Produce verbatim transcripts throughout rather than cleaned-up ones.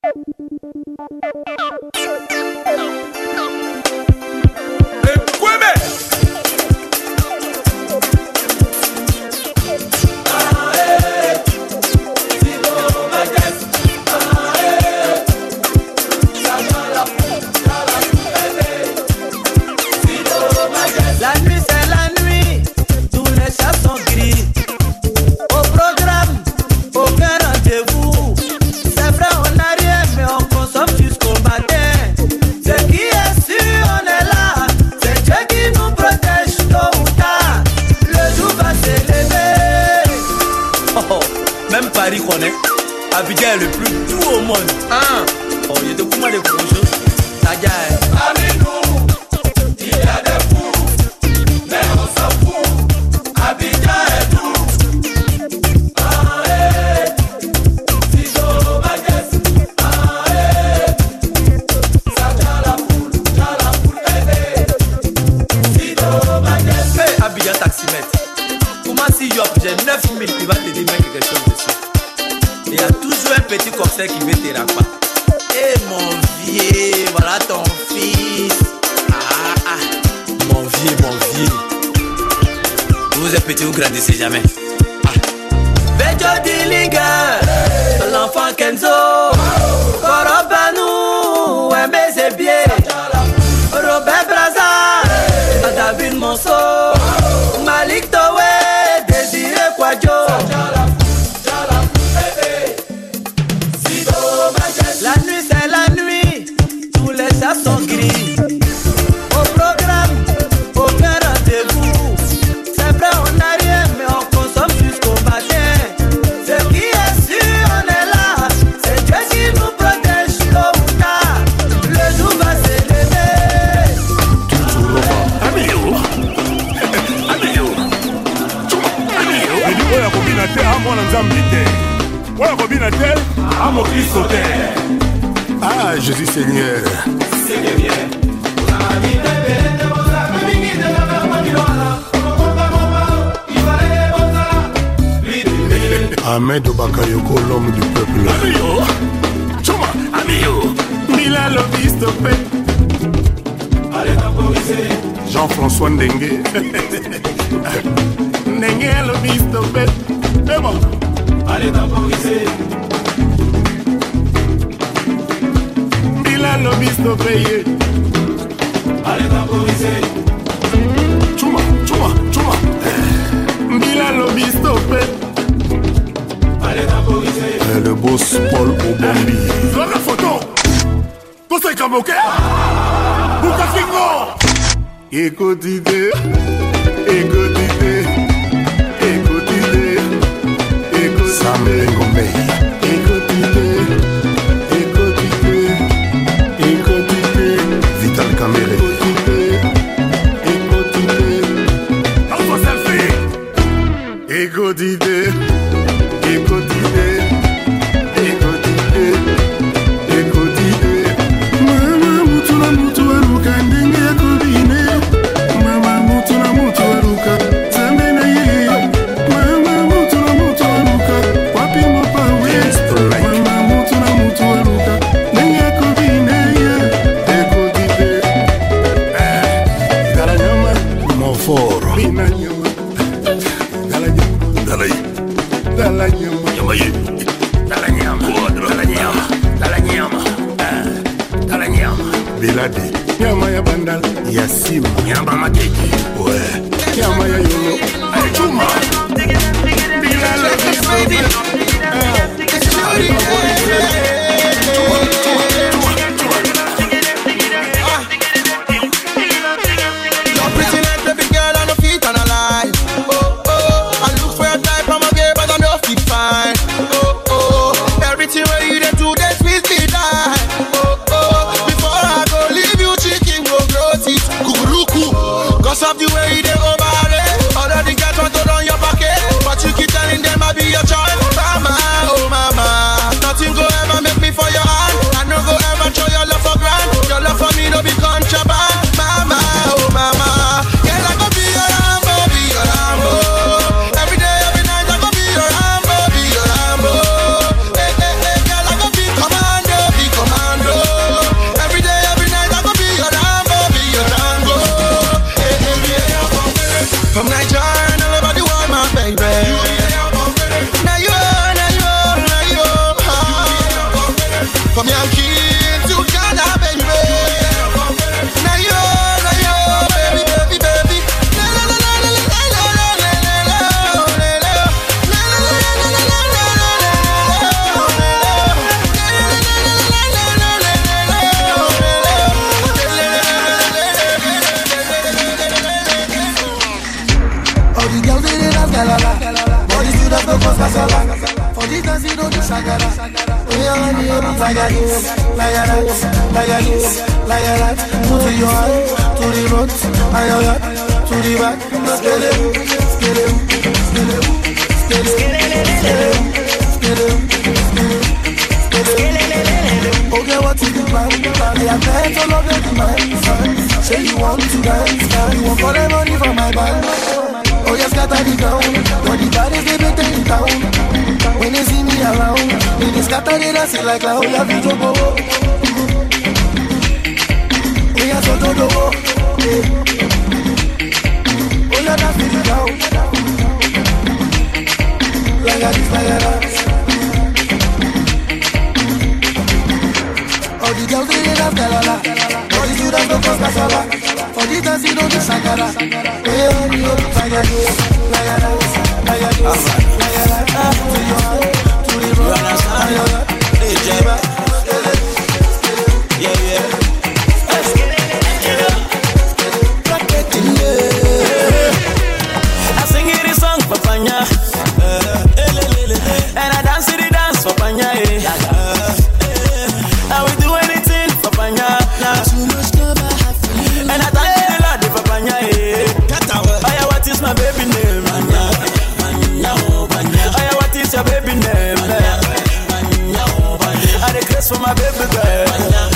Abidjan est le plus doux au monde. Hein? Oh, il y a de quoi les gros choses. Nadia est. Parmi nous, il y a des fous, mais on s'en fout. Abidjan est doux. Ah, eh. Sido Maguès. Ah, eh. Ça tient la foule, tient la foule, bébé. Sido Maguès. Hey, Abidjan taximètre. Comment si Yop, j'ai neuf mille, il va te dire même quelque chose dessus. Il y a toujours un petit cocktail qui veut te rapper. Eh mon vieux, voilà ton fils. Ah ah, mon vieux, mon vieux. Vous êtes petit, vous grandissez jamais. Ah. Vejo Dilinga, l'enfant Kenzo. Korobanou, Wembe Zebie. Robert Braza, David Monso. Malik Towe, Désiré Kwadjo. La nuit c'est la nuit, tous les chats sont gris. Au programme, aucun rendez-vous. C'est vrai on n'a rien mais on consomme jusqu'au matin. Ce qui est sûr on est là, c'est Dieu qui nous protège tôt ou tard. Le jour va s'élever. Amiyo, amiyo, amiyo. Et du coup la combinateur à moi dans Zambité. Ouais, Robinatel, à mon Christ sauter. Ah, Jésus Seigneur. Ahmed Bakayoko, l'homme du peuple. Amiyo, Chuma, amiyo. Mila Lobi stoppé. Allez temporiser. Jean-François Ndengue. Ndengue Lobi stoppé. C'est bon. Allez temporiser. Bila lobby stoppé. Allez temporiser. Chuma, chuma, chuma. Bila lobby stoppé. Allez temporiser. Eh, le boss Paul Obambi. Sur la photo. Tout c'est comme ok. Boukafingo. Écoutez, écoutez, écoutez. Sam Ngombe. Écoutez, écoutez, écoutez. Vital Kamere. Écoutez, écoutez. Alpha Selfie. Écoutez, écoutez, écoutez, écoutez. Mama mutula mutua ruka ndenge ya kobine. Mama mutula mutua ruka zambena ye. Mama mutula mutua ruka wapi mopa we. Mama mutula mutua ruka ndenge ya kobine ye. Écoutez. Eh, dala nyama moforo. Bina nyama. Dala nyama. Dala yi. Dala nyama. Nyama yi. Dala nyama. Dala nyama. Dala nyama. Dala nyama. Biladi. Nyama ya bandal. Yasima. Nyama makeki. Ouais. Nyama ya yono. Chuma. Bilala. You're pretty like baby girl on your feet and alive. Oh oh, I look for your type, I'm a gay but I'm your feet fine. Oh oh, everything where you dey do, they sweet me die. Oh oh, before I go leave you, chicken go grow teeth. Kukuruku, cause of the way you dey over there. All of the girls want to run your pocket, but you keep telling them I be your child. Mama, oh mama, nothing sagara. We are the only like a this, like a that, like a this, like a that. Put your hand to the front, and your hand to the back. Skele, skele, skele, skele, skele, skele, skele. Okay, what is the plan? I have met all of the demands. Say you want to dance, you want for the money from my band. Oh, you scatter the ground, but the bodies they better in town. When they see me around, they just scatter the dance like a whole of the go. We are so do do. Oh, you dance to the ground, like a this, like a that. All the girls they dance galala, all the students don't cause casala. All the dancing don't do shakara. Hey, oh, you like a this, like a that, like a this, like a that. To your hand, to the road, and your hand. Hey, Jeba, yeah, yeah. I sing it a song for Panya, and I dance to the dance for Panya. I will do anything for Panya. And I thank the Lord for Panya. Aya, what is my baby name? Aya, what is your baby name? I request for my baby girl.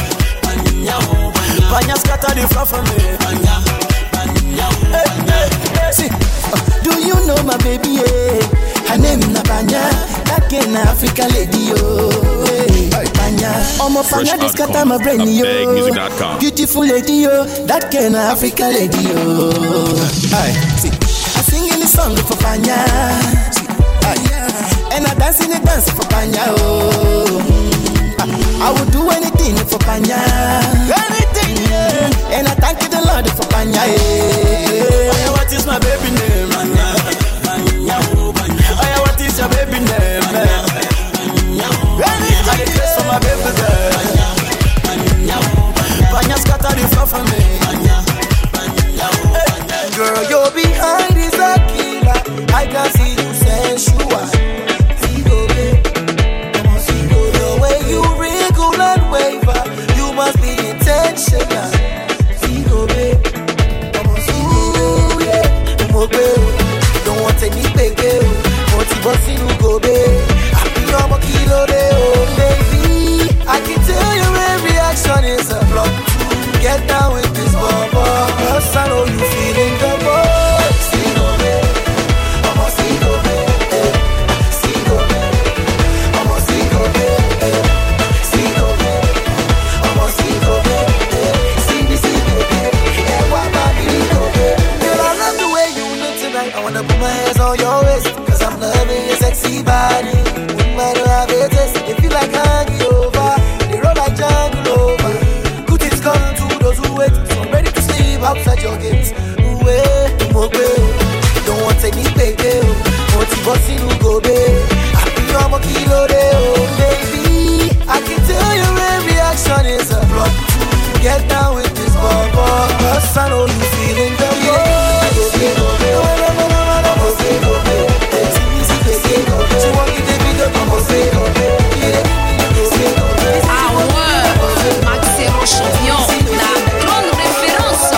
Panya scatter the floor for me. Hey, hey, hey. See, uh, do you know my baby? Yeah? Her name is Panya. That in Africa lady, oh. Hey, Panya. Omo Panya, this scatter my brain, yo. Beautiful lady, yo. That kind of Africa lady, yo. Aye, see, I sing in the song for Panya. See, aye, and I dance in the dance for Panya, oh. I would do anything for Panya. Anything, yeah. And I thank you the Lord for Panya, yeah. What is my baby name? Oh, what is your baby name? I request for my baby girl. Panya scatter the floor for me. Girl, you're behind is a killer. I can see you sensual. See, go, babe. See, go, the way you wriggle and waver, you must be intentional. See, go, babe. See, go, yeah. Don't want to take me back, motivation to go, babe. I be on my kilo, oh, baby. I can tell your every action is a block. Get down with this bubble. Cause I know you feeling the boy. See, go, babe. I'm a see, go, babe. See, go, babe. I'm a see, go, babe. See, go, babe. I'm a see, go, babe. See me, see, go, babe. Yeah, why, baby, go, babe. Girl, I love the way you look tonight. I wanna put my hands on your waist. Cause I'm loving your sexy body. Wouldn't matter how it is. If you like hanging over, they roll like jungle over. Good things come to those who wait. So I'm ready to sleep outside your gates. Ooh, eh, don't want to take me baby. Motivation to go, babe. I be on my kilo, oh, baby. I can tell your every action is a block. Get down with this bubble. Cause I know you feeling the boy. Ah ouais, Maxero Champion, la grande référence.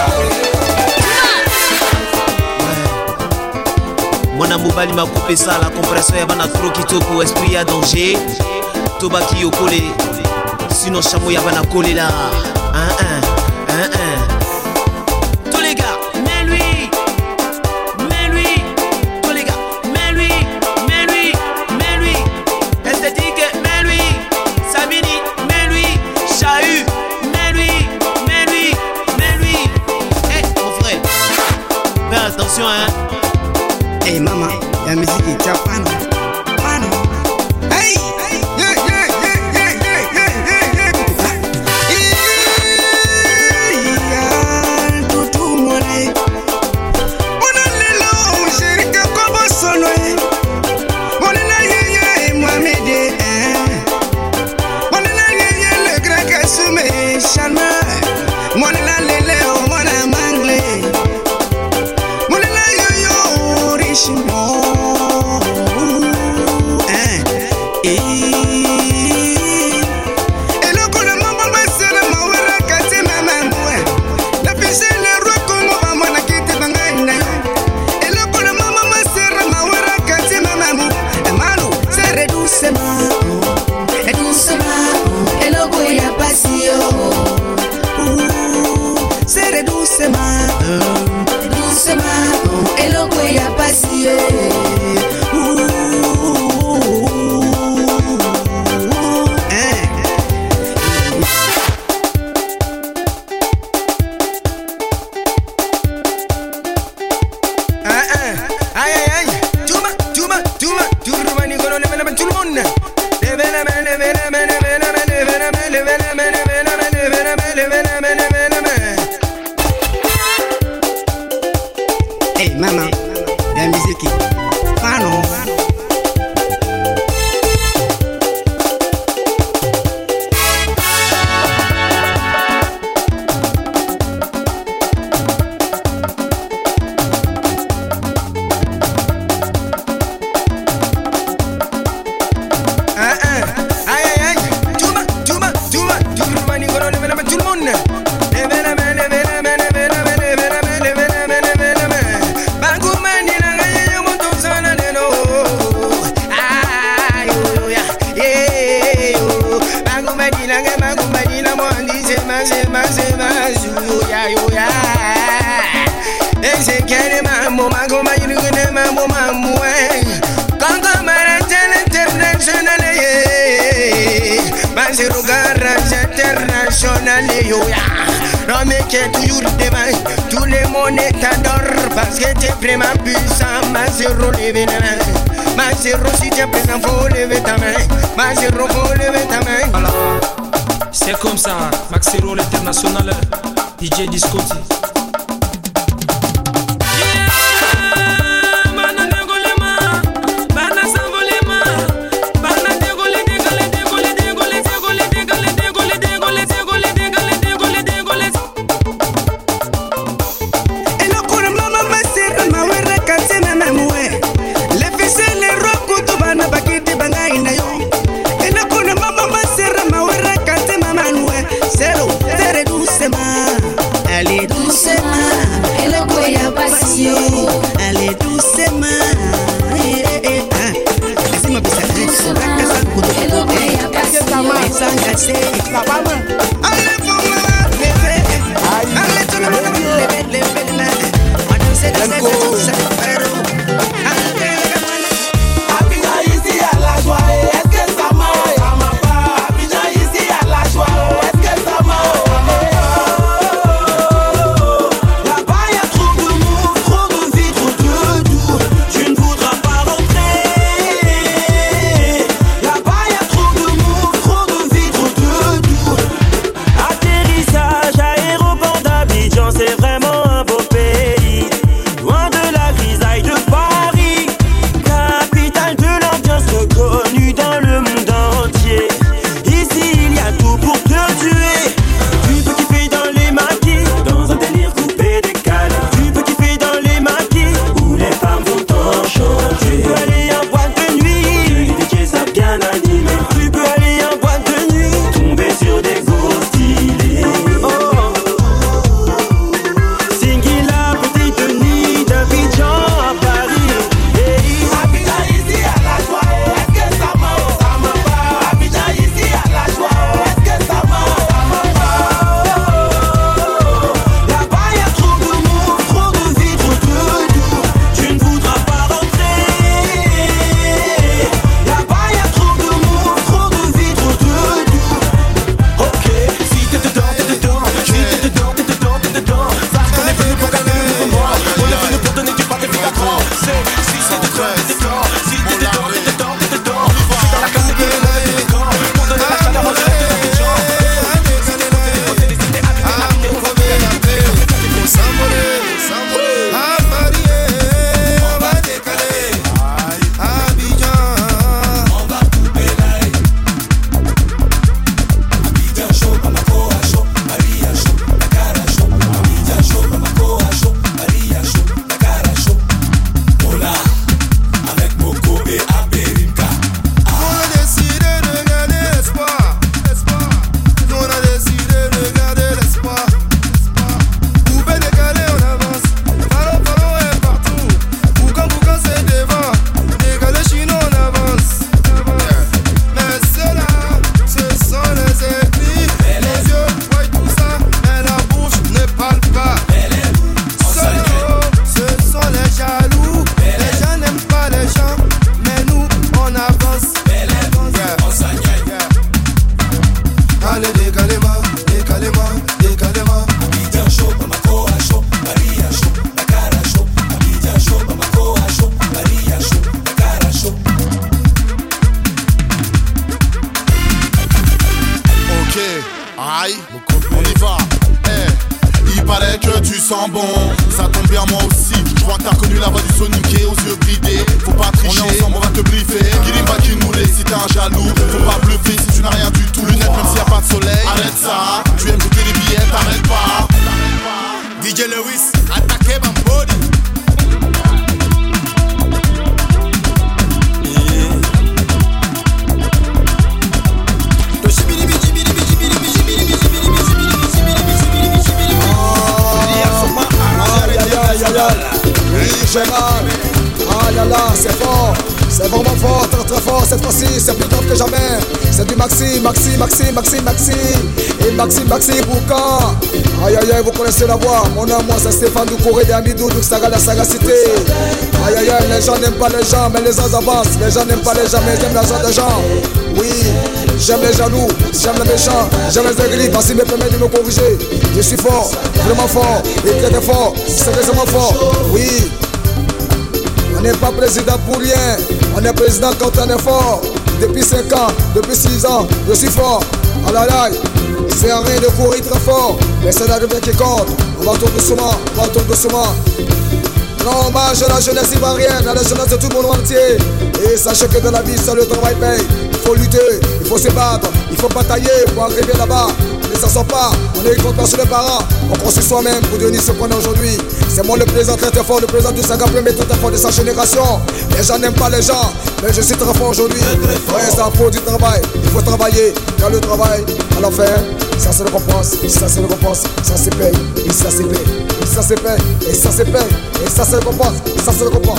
Mwana mobali m'a coupé ça, la compression ya bana trop kitoko, esprit ya danger. Tobaki yokole, sinon chameau ya bana collé là. Un un, un un. Tous les gars, mais lui, mais lui, tous les gars, mais lui, mais lui, mais lui. Esthétique, mais lui, Sabini, mais lui, Chahut, mais lui, mais lui, mais lui. Eh, hey, mon frère, fais attention, hein. Hey mama, la musique est japana. Pana. Hey, hey, yeah, yeah, yeah, yeah, yeah, yeah, yeah, yeah. Tutu mole. Mona lelo, shirika kobo sono. Mona la yeye Mohamed. Mona la yeye le grand Kasumé Shalma. Mona la lele, mona mangle. Mona la yo yo. Oh, eh, eh. passer. Hey maman, la musique est pardon. Non mais qui est toujours devant, tout le monde t'adore parce que tu es vraiment puissant. Ma zéro lever la main, ma zéro si tu es présent faut lever ta main, ma zéro faut lever ta main. Voilà, c'est comme ça, Maxero l'international, D J Discoty. Allez doucement, elle est quoi ya passion. allez doucement. Eh, eh, eh, ah. Laissez-moi passer. Elle est quoi ya passion. S'engager. Allez, pour moi, bébé. Allez, tout le monde, levez, levez les mains. On danse, danse, danse, pero. Allez, Abidjan ici à la joie, est-ce que ça m'a pas? Abidjan ici à la joie, est-ce que ça m'a? Là-bas y'a trop de mots, trop de vie, trop de doux. Tu ne voudras pas rentrer. Là-bas y'a trop de mots, trop de vie, trop de doux. Atterrissage, aéroport d'Abidjan, c'est vraiment un beau pays. Loin de la vie. Ok, aïe, on y va. Hey. Il paraît que tu sens bon, ça tombe bien moi aussi. Je crois que t'as connu la voix du soniqué aux yeux bridés. Faut pas tricher, on est ensemble, on va te briefer. Guirim va qui nous laisse si t'es un jaloux. Faut pas bluffer si tu n'as rien du tout. Lunettes même s'il y a pas de soleil. Arrête ça, tu aimes goûter les billets, t'arrêtes pas. D J Lewis, attaquez ma body. Oui, j'ai mal. Ah là là, c'est fort. C'est vraiment fort, très très fort cette fois-ci. C'est plus grave que jamais. C'est du Maxi, Maxi, Maxi, Maxi, Maxi. Et Maxi, Maxi, Boucan. Aïe aïe aïe, vous connaissez la voix. Mon nom, moi, c'est Stéphane Doucouré d'Amidou, donc ça la sagacité. Aïe aïe aïe, les gens n'aiment pas les gens, mais les gens avancent. Les gens n'aiment pas les gens, mais j'aime l'argent des gens. Oui, j'aime les jaloux, j'aime les méchants, j'aime les aigris. Vas-y, me permet de me corriger. Je suis fort, vraiment fort, et très très fort. Sérieusement fort, oui. On n'est pas président pour rien, on est président quand on est fort. Depuis cinq ans, depuis six ans, je suis fort. Ah là là, c'est un rien de courir très fort, mais c'est l'arrivée qui compte. On va tourner doucement, on va tourner doucement. Non, hommage à la jeunesse ivoirienne, à la jeunesse de tout le monde entier. Et sachez que dans la vie, seul le travail paye. Il faut lutter, il faut se battre, il faut batailler pour arriver là-bas. Ne s'en sort pas, on est contre sur les parents. On construit soi-même pour devenir ce qu'on est aujourd'hui. C'est moi le président très très fort, le président du Saga premier très très fort de sa génération. Les gens n'aiment pas les gens, mais je suis très fort aujourd'hui. Ouais, ça faut du travail, il faut travailler. Car le travail, à la fin, ça se récompense, ça se récompense, ça se paye, et ça se paye, et ça se paye, et ça se paye, et ça se récompense, ça se récompense.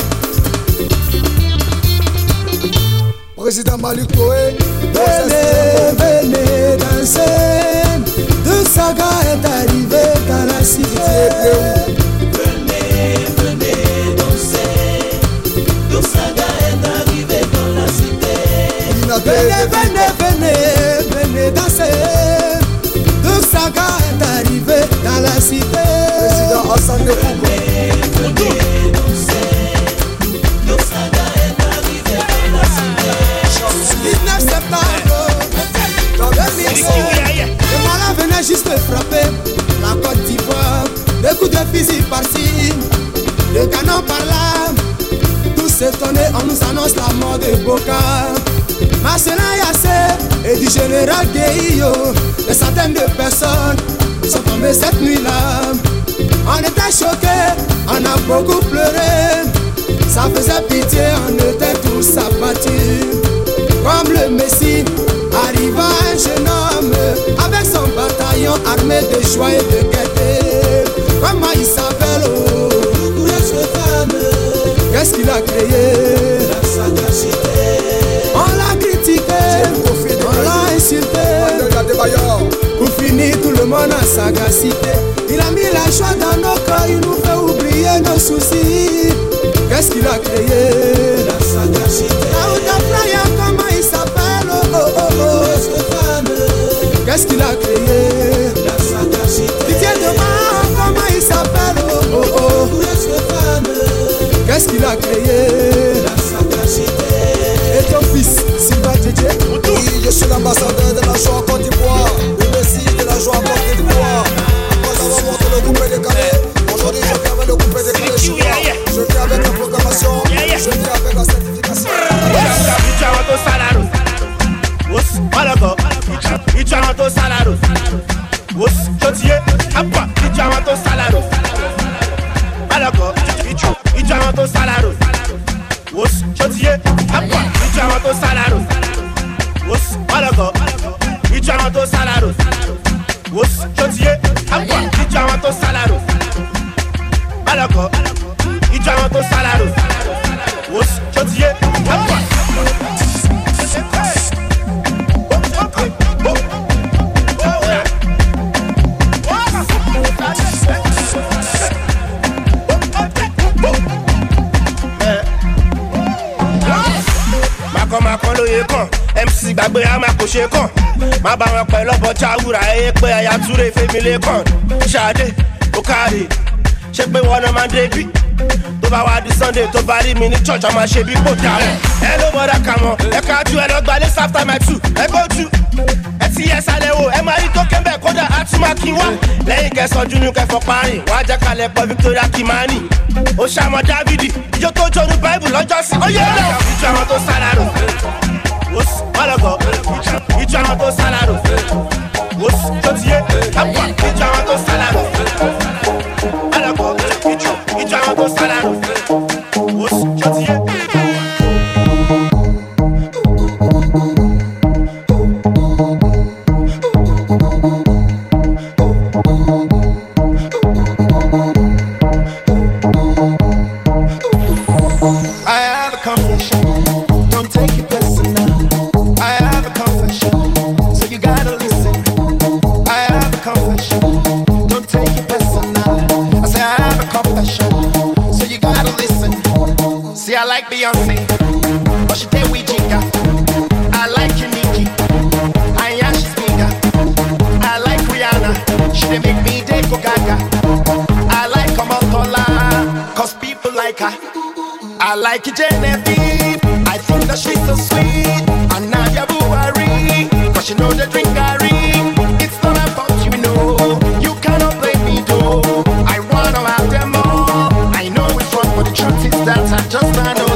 Président Malik Koé, venez, venez danser. De Saga est arrivé dans la cité. Venez, venez danser. De Saga est arrivé dans la cité. Venez, venez, venez, venez danser. De Saga est arrivé dans la cité. Président Hassan de Foucault. Venez, venez danser. De Saga est arrivé dans la cité. dix-neuf septembre deux mille cinq, le malin venait juste frapper la Côte d'Ivoire. Des coups de fusil par-ci, des canons par-là. Tous s'étonnés, on nous annonce la mort de Boka. Marcelin Yassé et du général Gueillo. Des centaines de personnes sont tombées cette nuit-là. On était choqués, on a beaucoup pleuré. Ça faisait pitié, on était tous abattus. Comme le Messie, arriva un jeune homme avec son bataillon armé de joie et de gaieté. Comment il s'appelle, oh, qu'est-ce qu'il a créé? La sagacité. On l'a critiqué, on l'a insulté. Pour finir, tout le monde a sagacité. Il a mis la joie dans nos cœurs, il nous fait oublier nos soucis. Qu'est-ce qu'il a créé? La sagacité. Comment il s'appelle? Oh oh oh oh. Qu'est-ce qu'il a créé? La sagacité. Pitié de moi, comment il s'appelle? Oh oh oh. Qu'est-ce qu'il a créé? La sagacité. Et ton fils, Sylvain Djedje? Oui, je suis l'ambassadeur de la joie en Côte d'Ivoire, le messie de la joie en Côte d'Ivoire. Après avoir monté le groupe décalé, aujourd'hui je viens avec le groupe décalé. Je viens avec la programmation, je viens avec la certification. Ichamato salaro, wos chotiye, apa ichamato salaro, alako, ichamato salaro, wos chotiye, apa ichamato salaro, wos alako, ichamato salaro, wos chotiye, apa ichamato salaro, alako, ichamato salaro, wos chotiye, apa. M C gbàgbé a máa kò ṣe kàn má bá wọn pẹ̀lú ọ̀bọ̀ jáwúra ẹ̀yẹ pé ẹ̀yà túré fèmí lè kàn ṣáde ó káre ṣé pé wọn náà máa dé bí tó bá wá di Sunday tó bá rí mi ní church ọmọ ṣe bí kò dára ẹ ló mọ̀ọ́dà kà mọ́ ẹ ká ju ẹ lọ gba lace after my two ẹ go ju ẹ ti yẹ kẹsàlẹ̀ wo ẹ máa rí tó kẹ́mbẹ̀ kódà àtúmọ̀ kí wá. lẹ́yìn kẹsàn-án júnú kẹfọ́ parí wọ́n á jẹ́ kalẹ̀ pọ̀ Victoria Kimani. ó ṣàmọ̀ Dávidi ijó tó jónu báìbù lọ́jọ́ sí. ó yẹ náà ìjọ àwọn tó sálárò. ọlọ́gọ̀ ìjọ àwọn tó sálárò. tó ti yé kápá ìjọ àwọn tó sálárò. ọlọ́gọ̀ ìjọ àwọn tó sálárò. tó ti yé. Beyonce, but she did we jinga. I like Nicki, I am she's bigger. I like Rihanna, she did make me dey go gaga. I like Omotola, cause people like her. I like Genevieve, I think that she's so sweet. And Nadia Buhari, cause she know the drink Gary. It's not about you know, you cannot blame me though. I wanna have them all, I know it's wrong, but the truth is that I just don't know.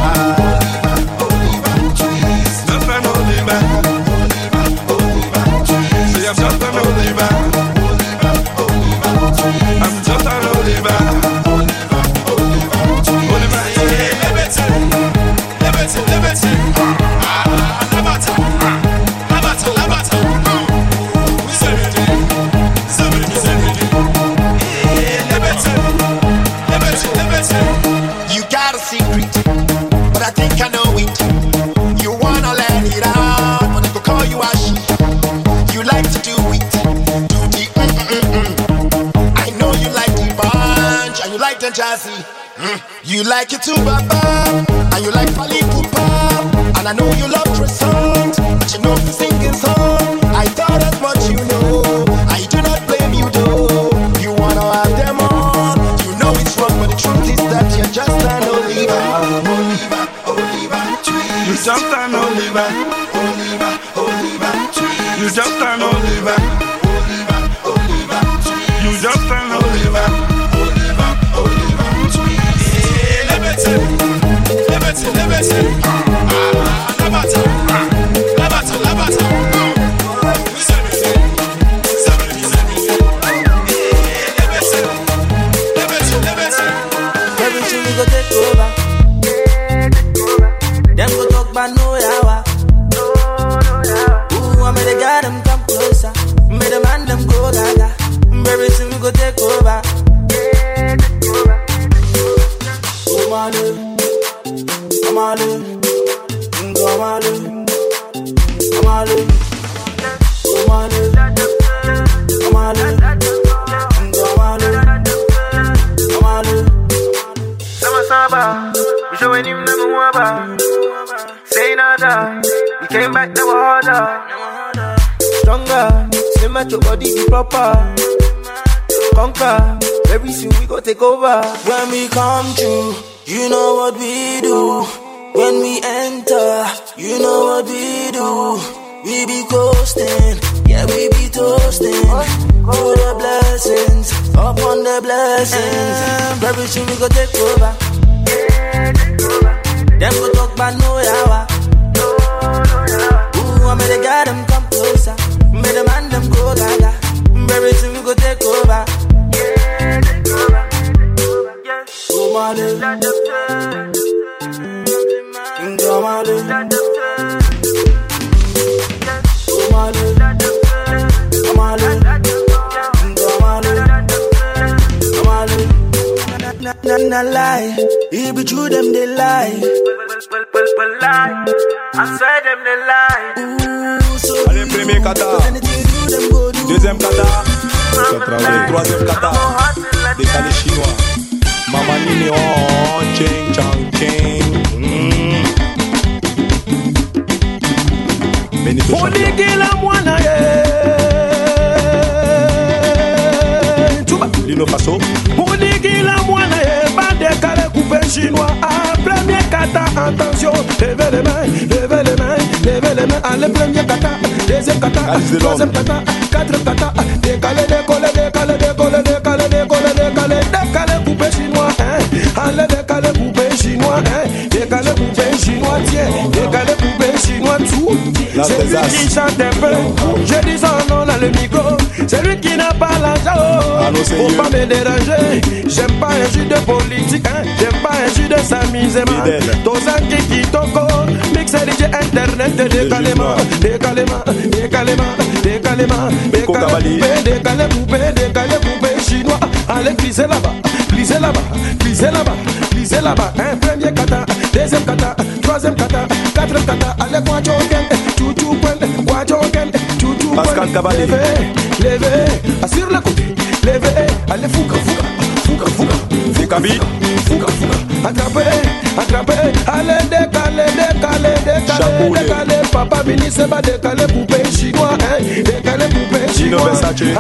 Jazzy, mm. You like it too, Baba, and you like Fally Ipupa, and I know you love Trey Songz, but you know the singing song. I thought as much, you know. I do not blame you though. You wanna have them all. You know it's wrong, but the truth is that you're just an Oliver, Oliver, Oliver tree. You just an Oliver, Oliver, Oliver tree. You just an Oliver, Oliver, Oliver tree. You just an Oliver. Liberty, liberty, ah, labata, labata, labata. Liberty, liberty, liberty. Everything we go take over. Them go talk about no yawa. Ooh, I made the guy them come closer. Made the man them go gaga. Everything we go take over. Oh, my love. Amalu, Amalu, Amalu, Amalu, Amalu, Amalu, Amalu. Sama Saba, we showing him number one. Say nada, we came back never harder. Stronger, slim at your body be proper. Conquer, very soon we go take over. When we come through. You know what we do when we enter. You know what we do. We be coasting, yeah we be toasting. To the blessings, upon the blessings. Very soon we go take over. Them go talk about no yawa. Ooh, I made the guy them come closer. Made the man them go gaga. Very soon we go take over. Oh my love, oh my love, oh my love, oh my love, oh my love. Na na na lie, it be true them they lie. Well well well lie, I swear them they lie. Ooh, so allez premier kata, deuxième kata, troisième kata, décalé chinois. Mama Nini oh, ching chang ching. Benito Odigila mwana ye. Chuba Lino Faso. Odigila mwana ye. Bande kale coupé chinois. À premier kata attention. Levez les mains, levez les mains, levez les mains. Allez premier kata. deuxième kata, troisième kata, quatrième kata, décalé, décollé, décalé, décollé, décalé, décollé, décalé, décalé, coupé chinois, hein, allez, décalé, coupé chinois, hein, décalé, coupé chinois, tiens, décalé, coupé chinois, tout. C'est lui qui chante un peu, je dis son nom dans le micro, c'est lui qui n'a pas l'argent, faut pas me déranger, j'aime pas un jus de politique, hein, j'aime pas un jus de s'amusement, Tozan Kiki Toko, mixer D J internet, décalément, décalément, décalément, décalément, décalé, décalé, coupé, décalé, coupé, chinois, allez glisser là-bas, glisser là-bas, glisser là-bas, glisser là-bas, un premier kata, deuxième kata, troisième kata, quatrième kata, allez quoi joken, chouchou point, quoi joken, chouchou point, Pascal Cavalli, levez, levez, sur le côté, levez, allez fouca, fouca, fouca, fouca, fouca, fouca, fouca, attrapez, attrapez, allez décaler, décaler, décaler, décaler, papa Bini se va décaler, poupée chinois, hein, décaler, poupée chinois,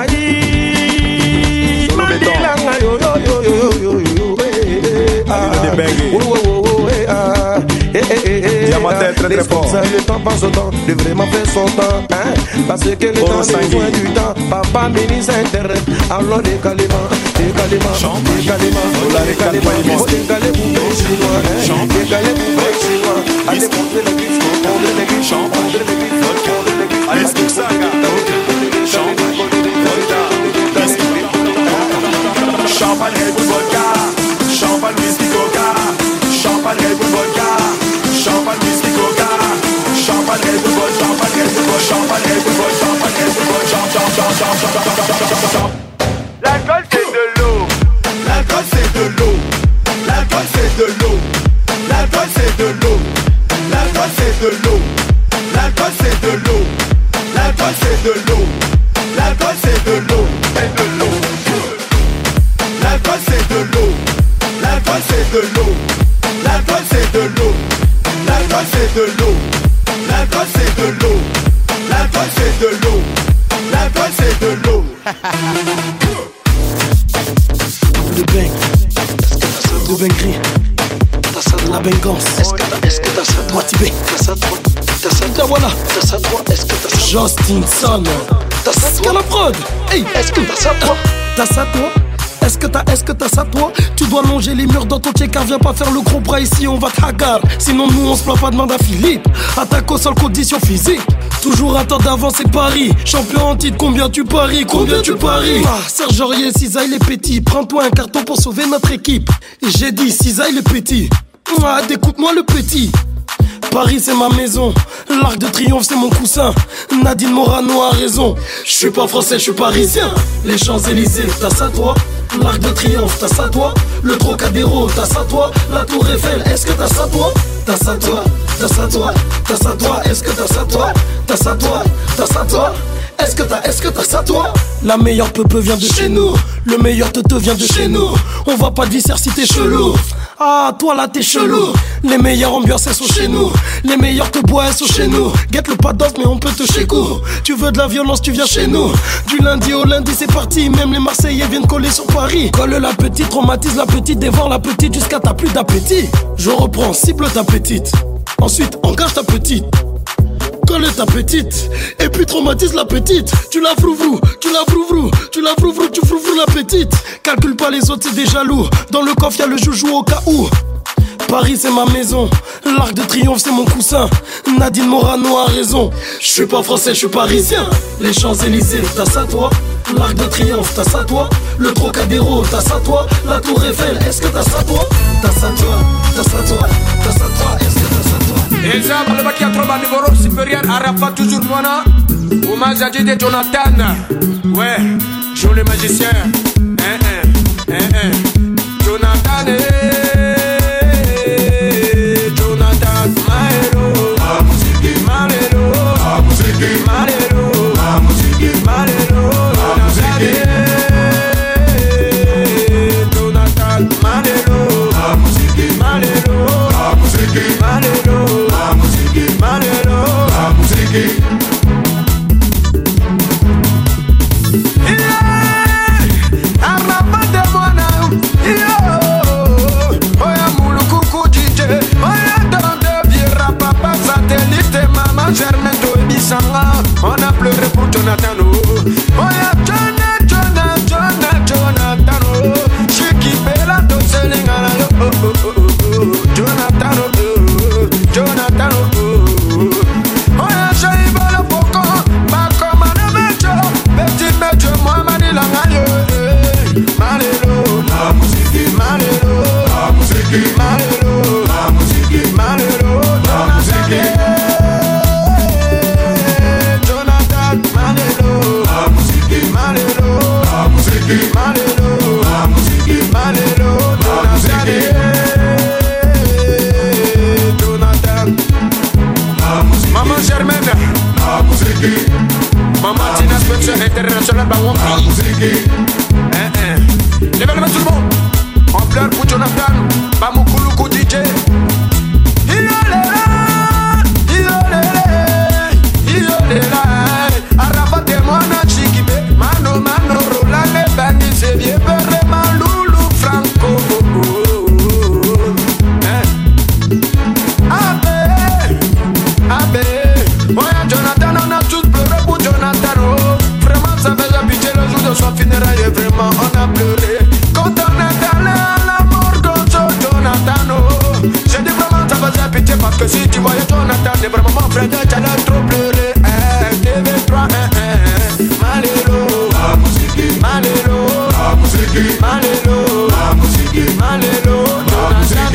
aïe, mandilanga, yo, yo, yo, yo, yo, yo, eh, ah, oh, oh, oh, eh, ah, eh, eh, eh, Diamantel très très fort. Le temps passe au temps, de vraiment faire son temps, hein, parce que le temps a besoin du temps, papa Bini s'intéresse, alors décalement, décalement, décalement, décalement, décaler, poupée chinois, hein, décaler, poupée chinois, allez monter le griffe, monter le griffe, monter le griffe, monter le griffe, allez c'est ça, champagne, Red Bull, vodka, champagne, whisky, coca, champagne, Red Bull, vodka, champagne, whisky, coca, champagne, Red Bull, champagne, Red Bull, champagne, Red Bull, champagne, Red Bull, champagne, champagne, champagne. L'alcool c'est de l'eau, l'alcool c'est de l'eau, l'alcool c'est de l'eau, l'alcool c'est de l'eau, l'alcool c'est de l'eau, l'alcool c'est de l'eau, l'alcool c'est de l'eau, l'alcool c'est de l'eau, c'est de l'eau. L'alcool c'est de l'eau, l'alcool c'est de l'eau, l'alcool c'est de l'eau, l'alcool c'est de l'eau, l'alcool c'est de l'eau, l'alcool c'est de l'eau, l'alcool c'est de l'eau. De bang, de bangri, t'as ça de la bengance. Est-ce que t'as, est-ce que t'as ça toi Tibé? T'as ça toi, t'as ça toi, voilà. T'as ça toi, est-ce que t'as ça? Justin Son, t'as ça toi la prod. Hey, est-ce que t'as ça toi? T'as ça toi? Est-ce que t'as, est-ce que t'as ça toi? Tu dois longer les murs dans ton check-car. Viens pas faire le gros bras ici, on va te hagar. Sinon nous on se plaint pas, demande à Philippe. Attaque au sol, condition physique. Toujours un temps d'avance et Paris. Champion en titre, combien tu paries? Combien tu paries? Ah, Serge Aurier, Cisaille les petits. Prends-toi un carton pour sauver notre équipe. Et j'ai dit Cisaille les petits. Ah, découpe-moi le petit. Paris c'est ma maison, l'Arc de Triomphe c'est mon coussin. Nadine Morano a raison, je suis pas français, je suis parisien. Les Champs-Élysées, t'as ça toi? L'Arc de Triomphe, t'as ça toi? Le Trocadéro, t'as ça toi? La Tour Eiffel, est-ce que t'as ça toi? T'as ça toi? T'as ça toi? T'as ça toi? Est-ce que t'as ça toi? T'as ça toi? T'as ça toi? Est-ce que t'as, est-ce que t'as ça toi? La meilleure peuple vient de chez nous, le meilleur te vient de chez nous. On va pas te visser si t'es chelou. Ah, toi là t'es chelou. Les meilleures ambiances elles sont chez nous, les meilleurs te bois elles sont chez nous. Guette le pas d'os mais on peut te chécou. Tu veux de la violence tu viens chez nous. Du lundi au lundi c'est parti, même les Marseillais viennent coller sur Paris. Colle la petite, traumatise la petite, dévore la petite jusqu'à t'as plus d'appétit. Je reprends, cible ta petite, ensuite engage ta petite. Colle ta petite, et puis traumatise la petite. Tu la frouvrou, tu la frouvrou, tu la frouvrou, tu frouvrou la petite. Calcule pas les autres, c'est déjà lourd. Dans le coffre y'a le joujou au cas où. Paris c'est ma maison, l'Arc de Triomphe c'est mon coussin. Nadine Morano a raison, je suis pas français, je suis parisien. Les Champs-Élysées, t'as ça toi? L'Arc de Triomphe, t'as ça toi? Le Trocadéro, t'as ça toi? La Tour Eiffel, est-ce que t'as ça toi? T'as ça toi? T'as ça toi? T'as ça toi? Est-ce que t'as ça toi? Exemple, le bac qui a trop bas niveau supérieur, Arafat toujours moana. Hommage à J D Jonathan. Ouais, joue le magicien. Hein, hein, hein, hein. Jonathan, eh, Jonathan, Maero. A musique, Maero. A musique, Maero. A musique, Maero. A musique, Jonathan, Maero. A musique, Maero. A musique, Maero. La musique, Maero, la musique. Yeah, Arafat de Moana, yeah. Malero, la musique, Malero, la musique, Jonathan, Malero, la musique, Malero, la musique, Malero, la musique, Malero, Jonathan, la musique, Maman Germaine, la musique, Maman Tina Spencer International Bawon la musique, eh eh. Levez le main tout le monde. On pleure pour Jonathan, Bamoukoulou D J. Iolela, iolela, iolela. Arafat et moi na chikibe, mano mano rolale bani c'est bien perle maloulou franco. Abe, abe, oya Jonathan, on a tous pleuré pour Jonathan. Oh, vraiment ça faisait pitié le jour de son funérailles. Vraiment on a pleuré. Quand on est allé à la mort contre Jonathan, oh, j'ai dit vraiment ça faisait pitié parce que si tu voyais Jonathan, c'est vraiment mon frère, j'allais trop pleurer. Eh, T V trois, eh, eh, Malero, la musique, Malero, la musique, Malero, la musique, Malero, Jonathan,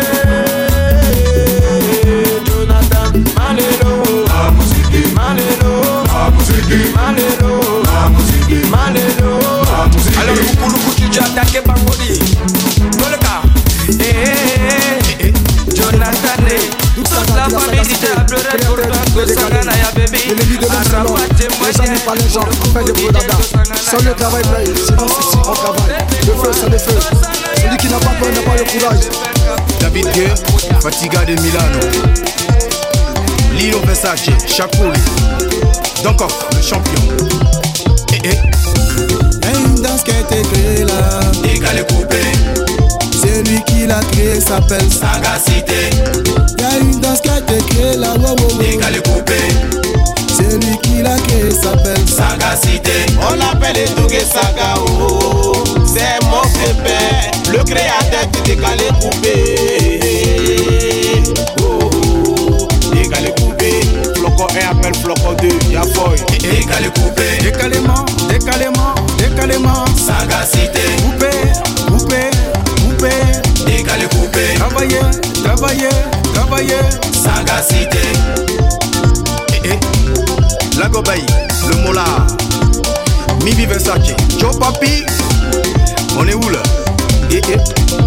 eh, Jonathan, Malero, la musique, Malero, la musique, Malero, la musique, Malero. la musique. Alors le Koukouloukou tu as attaqué Bangoli. Dans le cas. Eh, eh, eh, Jonathan, toute la famille dit à pleurer pour toi que Sangana ya bébé. Les gens n'est pas les gens, on fait des gros dada. Seul le travail paye, sinon c'est si on travaille. Le feu, c'est le feu. Celui qui n'a pas peur n'a pas le courage. David Guerre, Fatiga de Milano. Lilo Versace, Chakuri. Dankoff, le champion. Eh eh. Y'a une danse qui a été créée là. Décalé coupé, C'est lui qui l'a créée, s'appelle sagacité, Y'a une danse qui a été créée là. Wow, wow, wow. décalé coupé, C'est lui qui l'a créée, s'appelle sagacité, On l'appelle Edougue Saga, oh, c'est mon pépère, le créateur du décalé coupé. Oh, décalé coupé, Flocon un appelle Flocon deux, y'a Foy. décalé coupé, Décalément, décalément, décalément. sagacité, Coupé, coupé, coupé. décalé coupé, Travailler, travailler, travailler. sagacité, Eh eh. Lagobaï, le Mola. Mibi Versace, Joe Papi. On est où là? Eh eh.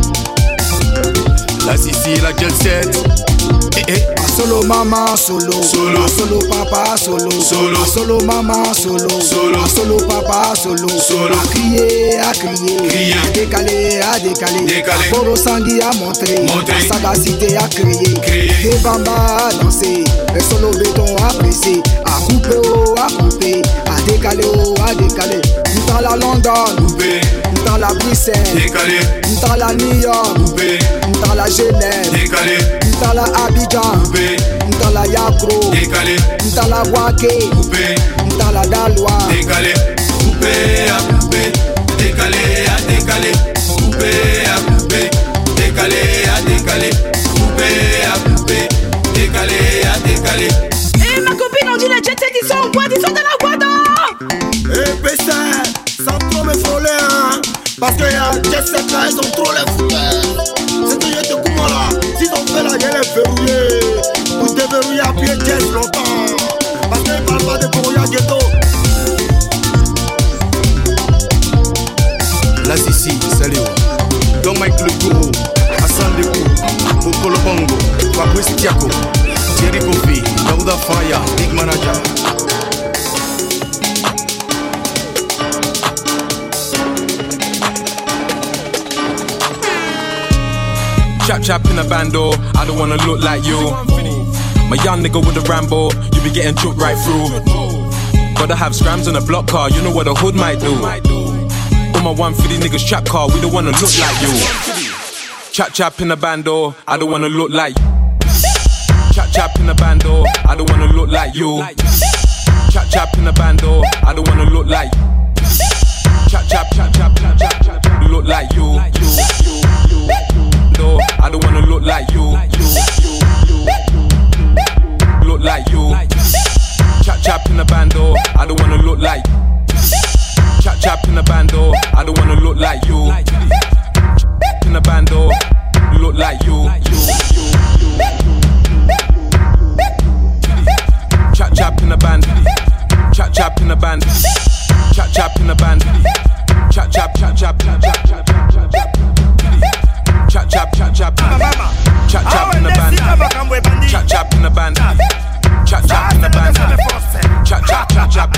La Sissi, la Jet Set. Eh eh. Solo mama, solo, Solo. solo papa, solo, Solo. solo mama, solo, Solo. solo papa, solo, Solo. à crier, à crier, Crier. à décaler, à décaler, Décaler. Poro Sangui à montrer, Montrer. la sagacité à crier, Crier. des bambas à danser, le solo béton à presser, à couper, oh, à couper, à décaler, oh, à décaler, dans la London, coupé, dans la Bruxelles, décalé, dans la New York, coupé, dans la Genève, décalé, dans la Abidjan, coupé, dans la Yakro, décalé, dans la Wake, coupé, dans la Daloa, décalé, coupé à coupé, décalé à décalé, coupé à coupé, décalé à décalé, coupé à coupé, décalé à décalé. Eh ma copine, on dit les jet set, ils sont en boîte, ils sont dans la boîte. Eh, Pessin, sans trop me frôler, hein, parce que y'a Jet Set là, ils ont trop les fouteurs. C'est que je te coupe là, s'ils ont fait là, je les verrouiller. Pour déverrouiller à pied Jet longtemps, parce qu'ils parlent pas de verrouillage ghetto. La Sissi, salut. Don Mike le Gourou, Hassan Dekou, Bokolo Bongo, Fabrice Tiako, Thierry Kofi, Daouda Faya, Big Manager. Chap chap in a bando, I don't wanna look like you. My young nigga with a Rambo, you be getting choked right through. Gotta have scrams on a block car, you know what a hood might do. All my one fifty niggas trap car, we don't wanna look like you. Chap chap in a bando, I don't wanna look like you. Chap chap in a bando, I don't wanna look like you. Chap chap in a bando, I don't wanna look like you. Chap chap chap chap chap chap chap, look like you. You you you. No, I don't wanna look like you. You you you. Look like you. Chap chap in a bando, I don't wanna look like. Chap chap in a bando, I don't wanna look like you. In a bando, look like you. Chap chap in the band. Chap chap in the band. Chap chap in the band. Chap chap chap chap chap chap chap chap chap. Chap chap chap chap. Chap chap in the band. Chap chap in the band. Chap chap in the band. Chap chap chap chap.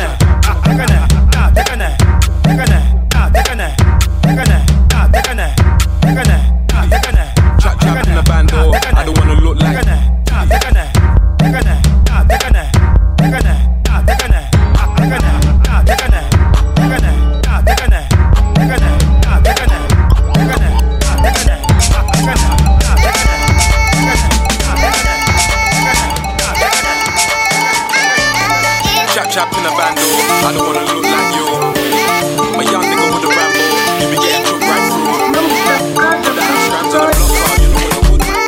Chap chap in the band. Oh, I don't wanna look like. Chap in the band, oh, I don't wanna look like you. My young nigga with the Rambo, you be getting took right through. Gotta have scrams on the block car, you know what the hood might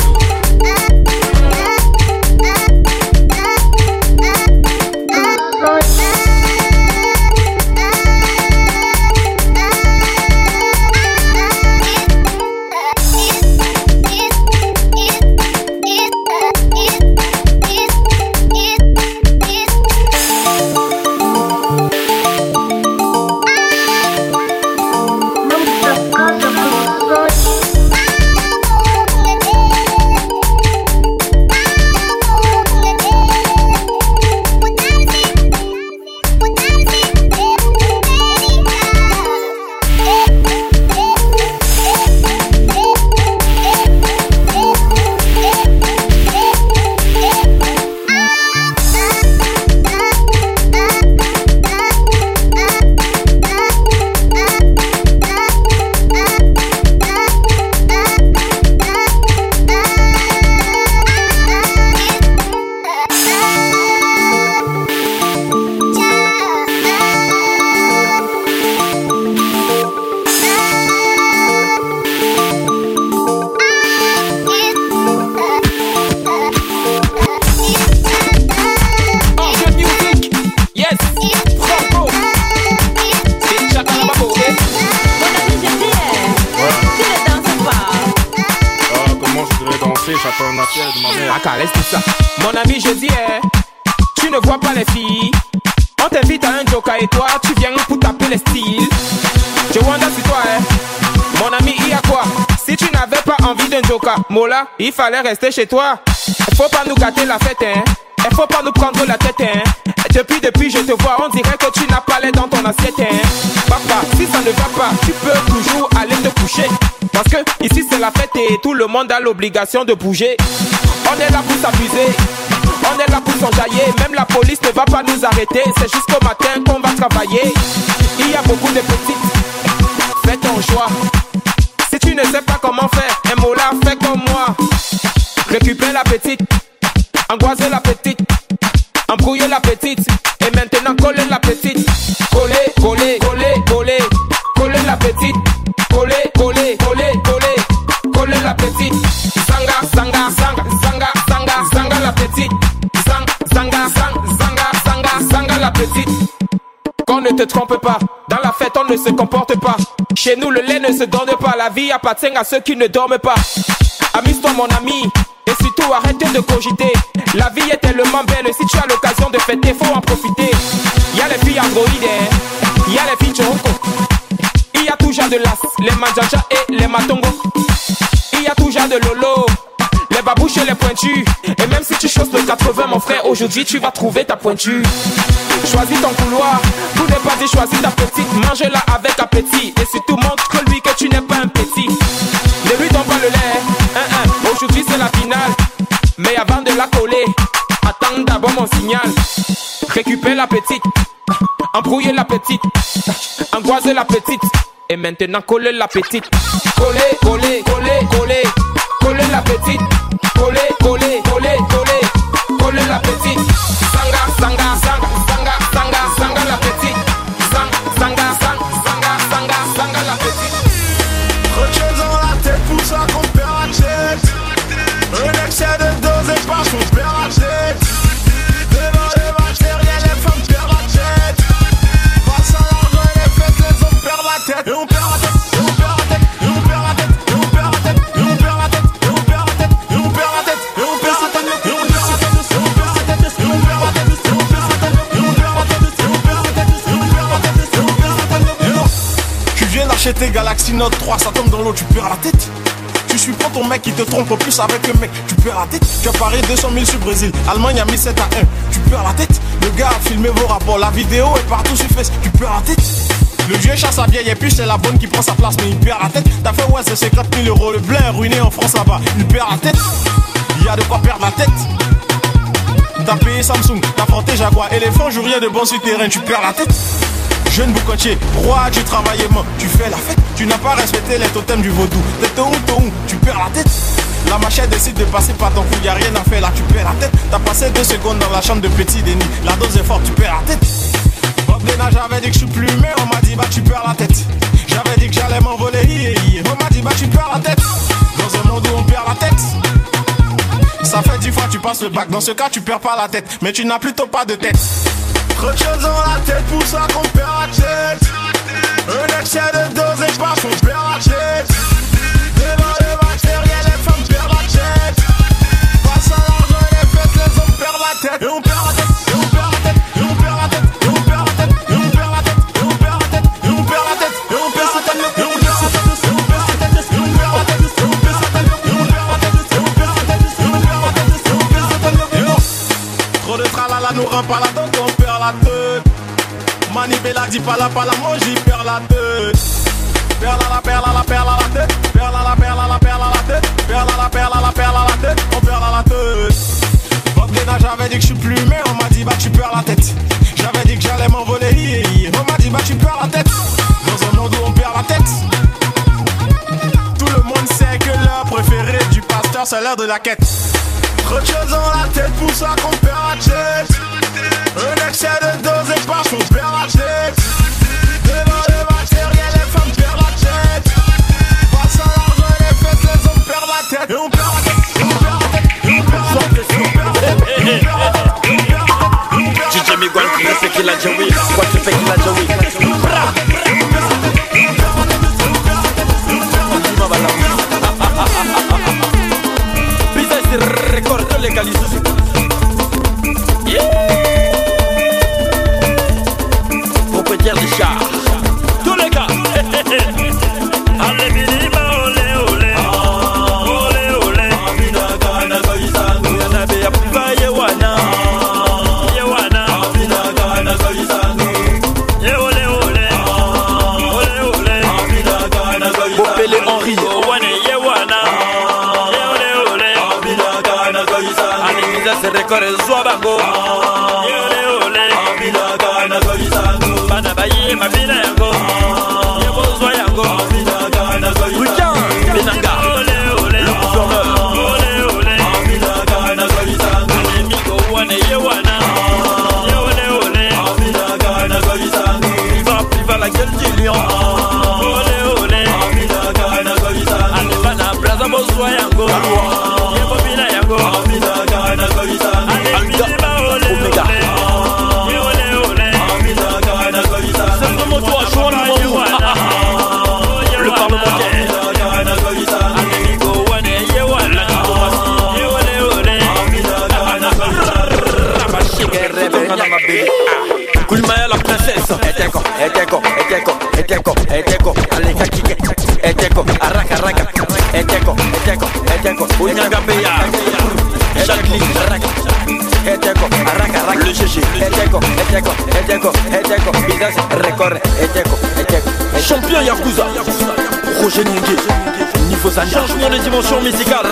Ah, caresse tout ça. Mon ami, je dis, eh, tu ne vois pas les filles. On t'invite à un joker et toi, tu viens pour taper les styles. Je wonder sur toi, eh. Mon ami, il y a quoi? Si tu n'avais pas envie d'un joker, Mola, il fallait rester chez toi. Il faut pas nous gâter la fête, hein. Il faut pas nous prendre la tête, hein. Depuis, depuis, je te vois, on dirait que tu n'as pas l'air dans ton assiette, hein. Papa, si ça ne va pas, tu peux toujours aller te coucher. Parce que ici c'est la fête et tout le monde a l'obligation de bouger. On est là pour s'amuser, on est là pour s'enjailler. Même la police ne va pas nous arrêter. C'est jusqu'au matin qu'on va travailler. Il y a beaucoup de petites, fais ton choix. Si tu ne sais pas comment faire, un mot là, fais comme moi. Récupère la petite, angoisser la petite, embrouiller la petite. Et maintenant coller la petite. Coller, coller, coller, coller. Coller la petite. Coller, coller, coller, coller. Coller la petite. Zanga, zanga, zanga, zanga, zanga, zanga la petite. Zang, zanga, zang, zanga, zanga, zanga la petite. Qu'on ne te trompe pas, dans la fête on ne se comporte pas. Chez nous le lait ne se donne pas, la vie appartient à ceux qui ne dorment pas. Amuse-toi mon ami, et surtout arrête de cogiter. La vie est tellement belle, si tu as l'occasion de fêter, faut en profiter. Y'a les filles androïdes, y'a les filles choroko. Il y a tout genre de las, les manjaja et les matongo. Il y a tout genre de lolo, les babouches et les pointus. Et même si tu choses le quatre-vingts mon frère, aujourd'hui tu vas trouver ta pointure. Choisis ton couloir, tout n'est pas dit, choisis ta petite. Mange-la avec appétit, et surtout montre-lui que tu n'es pas un petit. Ne lui donne pas le lait, hein, hein. Aujourd'hui c'est la finale. Mais avant de la coller, attends d'abord mon signal. Récupère la petite, embrouiller la petite, angoiser la petite. Et maintenant coller la petite. Coller, coller, coller, coller. Coller la petite. Coller, coller, coller, coller. Coller la petite. Zanga, zanga, zanga, zanga, zanga, zanga la petite. Zang, zanga, zang, zanga, zanga, zanga la petite. Retiens dans la tête, pousse à qu'on perd la tête. Un excès de dose et pas qu'on perd la tête. Devant les matériels, les femmes perdent la tête. Face à l'argent et les fêtes, les hommes perdent la tête. Et on perd la tête, et on perd la tête, et on perd la tête, et on perd la tête, et on perd la tête. acheté Galaxy Note trois, ça tombe dans l'eau, tu perds la tête. Tu suis pas ton mec qui te trompe au plus avec le mec, tu perds la tête. Tu as parié deux cent mille sur Brésil, Allemagne a mis sept à un, tu perds la tête. Le gars a filmé vos rapports, la vidéo est partout sur Facebook, tu perds la tête. Le vieux chasse sa vieille et puis c'est la bonne qui prend sa place, mais il perd la tête. T'as fait ouais c'est cinquante mille euros, le blé est ruiné en France là-bas, il perd la tête. Il y a de quoi perdre la tête. T'as payé Samsung, t'as porté Jaguar, éléphant, joue rien de bon sur terrain, tu perds la tête. Jeune boucantier, roi du travail aimant, tu fais la fête, tu n'as pas respecté les totems du vaudou. T'es tohou tohou, tu perds la tête. La machette décide de passer par ton cou, y'a rien à faire là, tu perds la tête. T'as passé deux secondes dans la chambre de petit Denis, la dose est forte, tu perds la tête. Bob Dena, j'avais dit que je suis plus mais on m'a dit bah tu perds la tête. J'avais dit que j'allais m'envoler, hi, hi. On m'a dit bah tu perds la tête. Dans un monde où on perd la tête. Ça fait dix fois tu passes le bac, dans ce cas tu perds pas la tête, mais tu n'as plutôt pas de tête. Trop de choses dans la tête pour ça qu'on perd la tête. Un excès de dose et pas qu'on perd la tête. Devant le matériel, les femmes perdent la tête. Face à l'argent et les fêtes, les hommes perdent la tête. Et on perd la tête, et on perd la tête, et on perd la tête, et on perd la tête, et on perd la tête, et on perd la tête, et on perd la tête, et on perd la tête, et on perd la tête, et on perd la tête, et on perd la tête, et on perd la tête, et on perd la tête, et on perd la tête, et on perd la tête, et on perd la tête, et on. Trop de tralala nous rend pas la tête, on perd la tête. Mani Bella dit pas la pas la moi j'y perds la tête. Perds la la perds la la perds la la tête. Perds la la perds la la perds la la tête. Perds la la perds la la perds la la tête. On perd la la tête. Bob Dena, j'avais dit que je suis plus mais on m'a dit bah tu perds la tête. J'avais dit que j'allais m'envoler, hi, hi. On m'a dit bah tu perds la tête. Dans un monde où on perd la tête. Tout le monde sait que l'heure préférée du pasteur c'est l'heure de la quête. Trop de choses dans la tête pour ça qu'on perd la tête. Un excès de dose et pas qu'on perd la tête. Devant le matériel, les femmes perdent la tête. Face à l'argent et les fêtes, les hommes perdent la tête. Et on perd la tête, et on perd la tête, et on perd la tête, et on perd la tête, et on perd la tête, et on perd la tête. D J Miguel, qui fait qu'il a Joey, quoi tu fais qu'il a Joey. Business record légalisé. Propriétaire des chars. Tous les gars. Allez, Bilima, olé, olé. Olé, olé. Yanabe ya priva yewana. Yewana. Ye olé, olé. Olé, olé. Bopele Henri. Owane yewana. Ye olé, olé. Allez, Misa se recorre Zouabango. Ye olé, olé. Banabaye mabina yango. Yebo zwa yango. Rukan Benanga. Le gouverneur. Ole ole. Anemigo wane yewana. Ye ole ole. Priva priva la gueule du lion. Ole ole. Anebana braza bo zwa yango. Yebo bina yango. Anemigo ole ole. Le parlementaire Kulmaya la princesse Eteko, eteko, eteko, eteko, eteko Aleka kike, eteko, araka, araka Eteko, eteko, eteko Unyaga beya Jacqueline, araka Eteko, araka, araka Le G G Eteko, eteko, eteko, eteko Business record, eteko, eteko Champion Yakuza Roger Nyenge Niveau Zania Changement de dimension musicale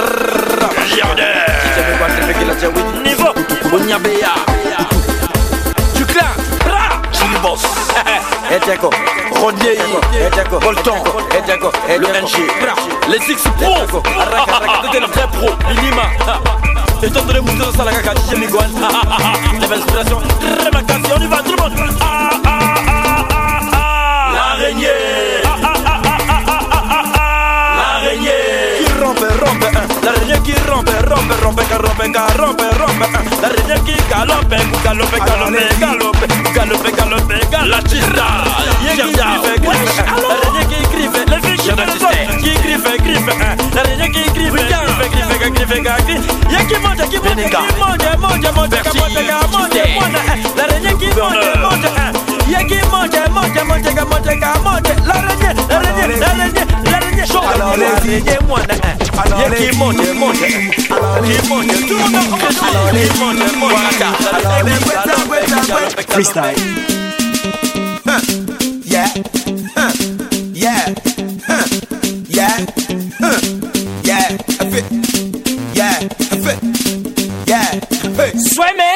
Niveau Onyabeya Du clan Chili Boss Eteko Rodier Eteko Bolton Eteko Le N G Les X Pro Araka Araka C'était le vrai pro Minima Et toi de les moutons dans la caca D J Miguel Les belles inspirations Remarcation on y va tout le monde L'araignée L'araignée Qui rompe rompe L'araignée qui rompe rompe rompe rompe rompe rompe L'araignée qui galope galope galope galope galope galope galatista L'araignée qui griffe les filles qui griffe griffe L'araignée qui griffe griffe griffe griffe griffe Y'a qui mange qui mange qui mange mange mange mange mange L'araignée qui mange mange Y'a qui mange monte, monte, monte, monte, monte. L'araignée, l'araignée, l'araignée, l'araignée. Alors les filles, moi, alors les monte, monte, alors les monte, tout le monde alors les monte, monte, alors les Freestyle. Yeah, huh. Yeah, huh. Yeah, huh. Yeah, I fit. Yeah, I fit. Yeah, hey. Sueme.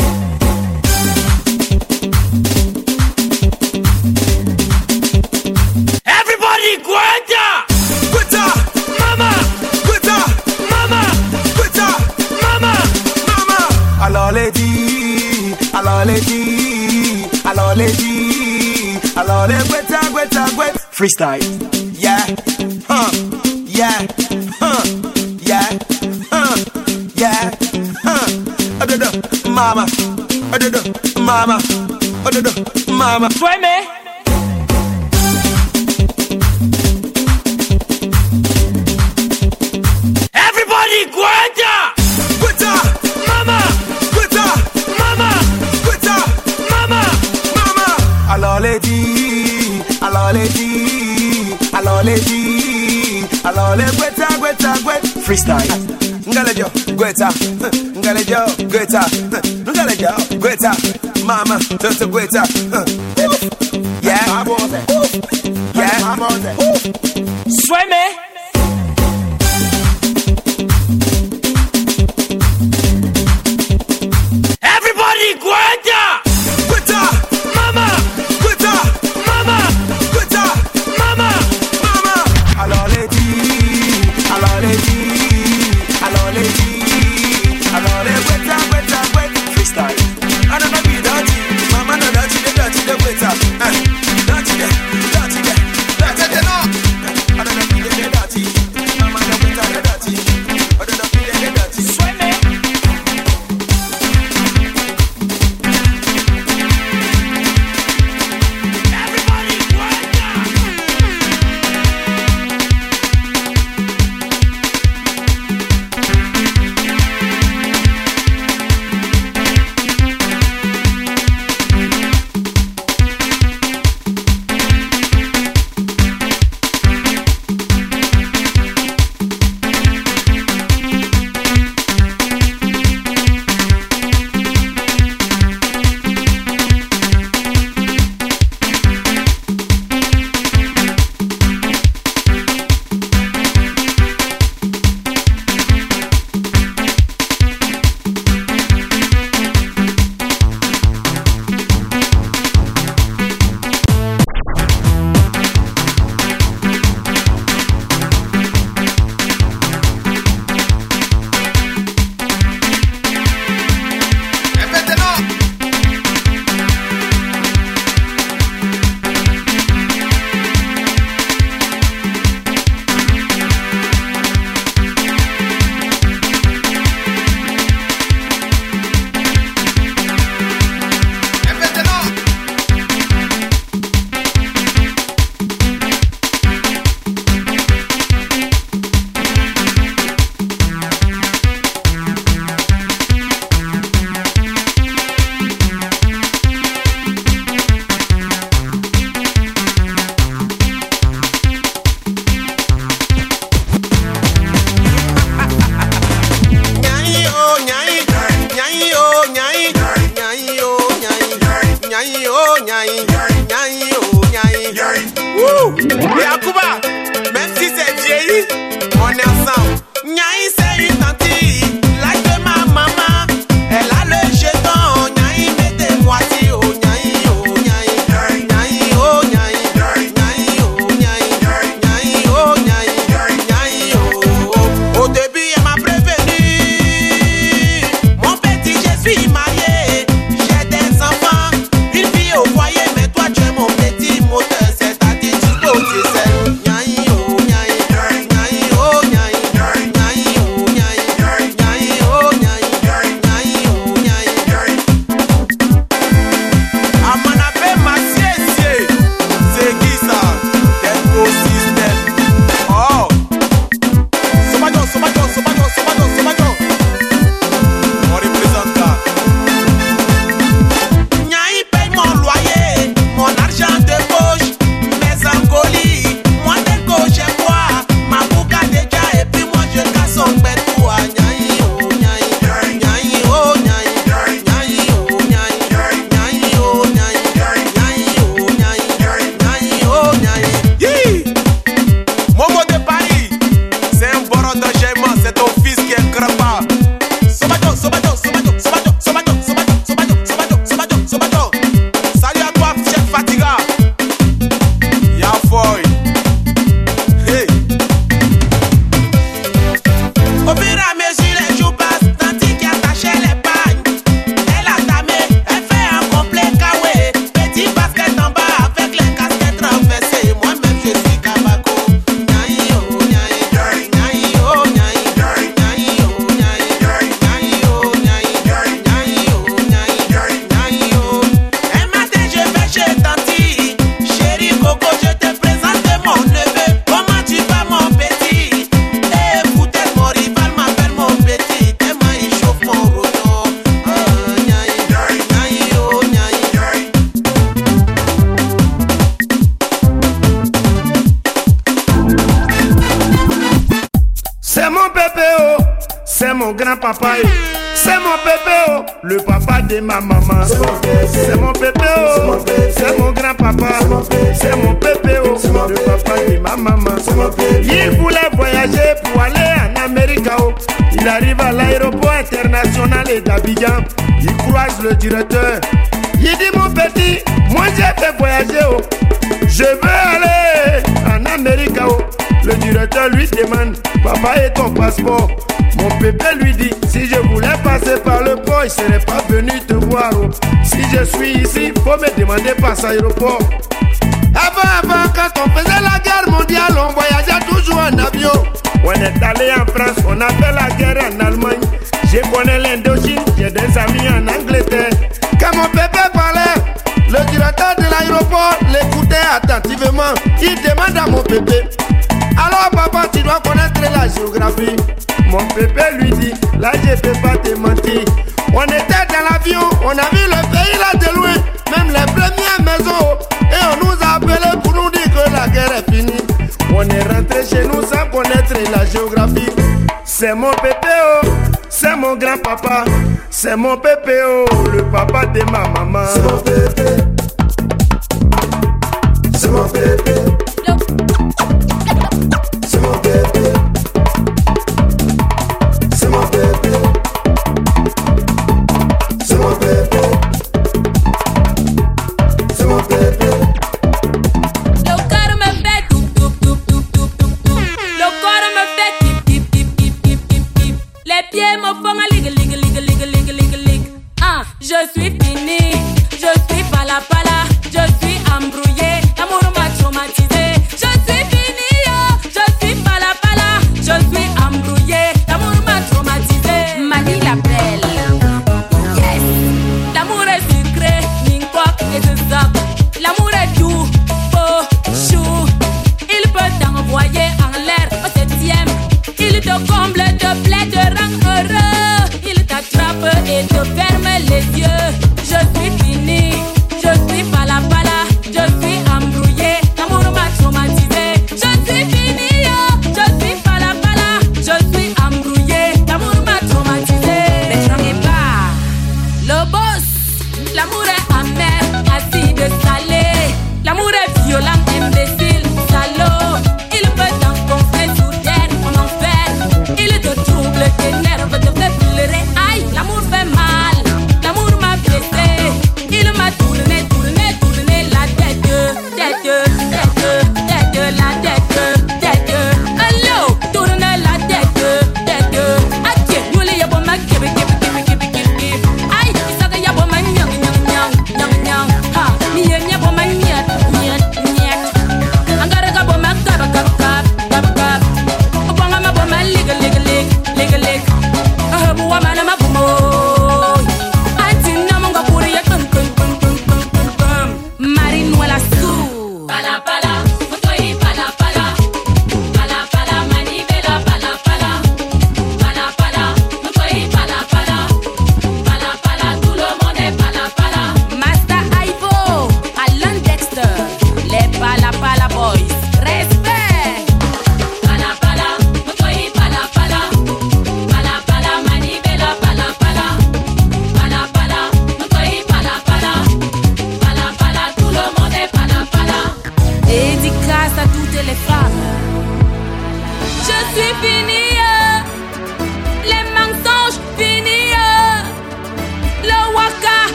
Everybody, Guanta! Guanta! Mama! Guanta! Mama! Guanta! Mama! Mama! Alors les filles, alors les filles, alors les filles, alors les guetta, guetta, guetta. Freestyle. Yeah, huh, yeah, huh, yeah, huh, yeah, huh. Adodo, mama, adodo, mama, adodo, mama. Sueme. Everybody, Guanta! Guetta! Mama! Guetta! Mama! Guetta! Mama! Mama! Alors les filles, alors les filles, alors les filles, alors les guetta, guetta, guetta. Freestyle. Ngalejo, guetta, ngalejo, guetta, ngalejo, guetta, mama, toto guetta. Yeah, yeah, Sueme. Everybody, Guanta! Guetta, Mama! guetta, Mama! guetta, Mama! mama. Alors les filles, alors les filles, alors les filles, alors les guetta, guetta, guetta. Freestyle. I don't know be dirty, mama no dirty, the dirty, the guetta. mon grand-papa. C'est mon bébé, oh, le papa de ma maman. C'est mon bébé, oh, c'est mon grand-papa. C'est mon bébé, oh, le papa de ma maman. Il voulait voyager pour aller en Amérique, oh. Il arrive à l'aéroport international d'Abidjan. Il croise le directeur. Il dit mon petit, moi j'ai fait voyager, oh. Je veux aller en Amérique, oh. Le directeur lui demande, papa et ton passeport. Mon bébé lui dit, si je voulais passer par le port, il serait pas venu te voir, oh. Si je suis ici, faut me demander par l'aéroport. Avant, avant, quand on faisait la guerre mondiale, on voyageait toujours en avion. On est allé en France, on a fait la guerre en Allemagne. Je connais l'Indochine, j'ai des amis en Angleterre. Quand mon bébé parlait, le directeur de l'aéroport l'écoutait attentivement. Il demande à mon bébé, alors papa, tu dois connaître la géographie. Mon bébé lui dit, là je peux pas te mentir. On était dans l'avion, on a vu le pays là de loin, même les premières maisons. Et on nous a appelé pour nous dire que la guerre est finie. On est rentré chez nous sans connaître la géographie. C'est mon bébé, oh, c'est mon grand-papa. C'est mon bébé, oh, le papa de ma maman. C'est mon bébé. C'est mon bébé. C'est mon bébé. C'est mon bébé. C'est mon bébé. C'est mon bébé. Le corps me fait tout, tout, tout, tout, tout, tout, tout. Le corps me fait tip, tip, tip, tip, tip, tip, tip. Les pieds me font un ligue, ligue, ligue, ligue, ligue, ligue, ligue. Ah, je suis fini, je suis pas la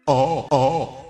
oh, oh.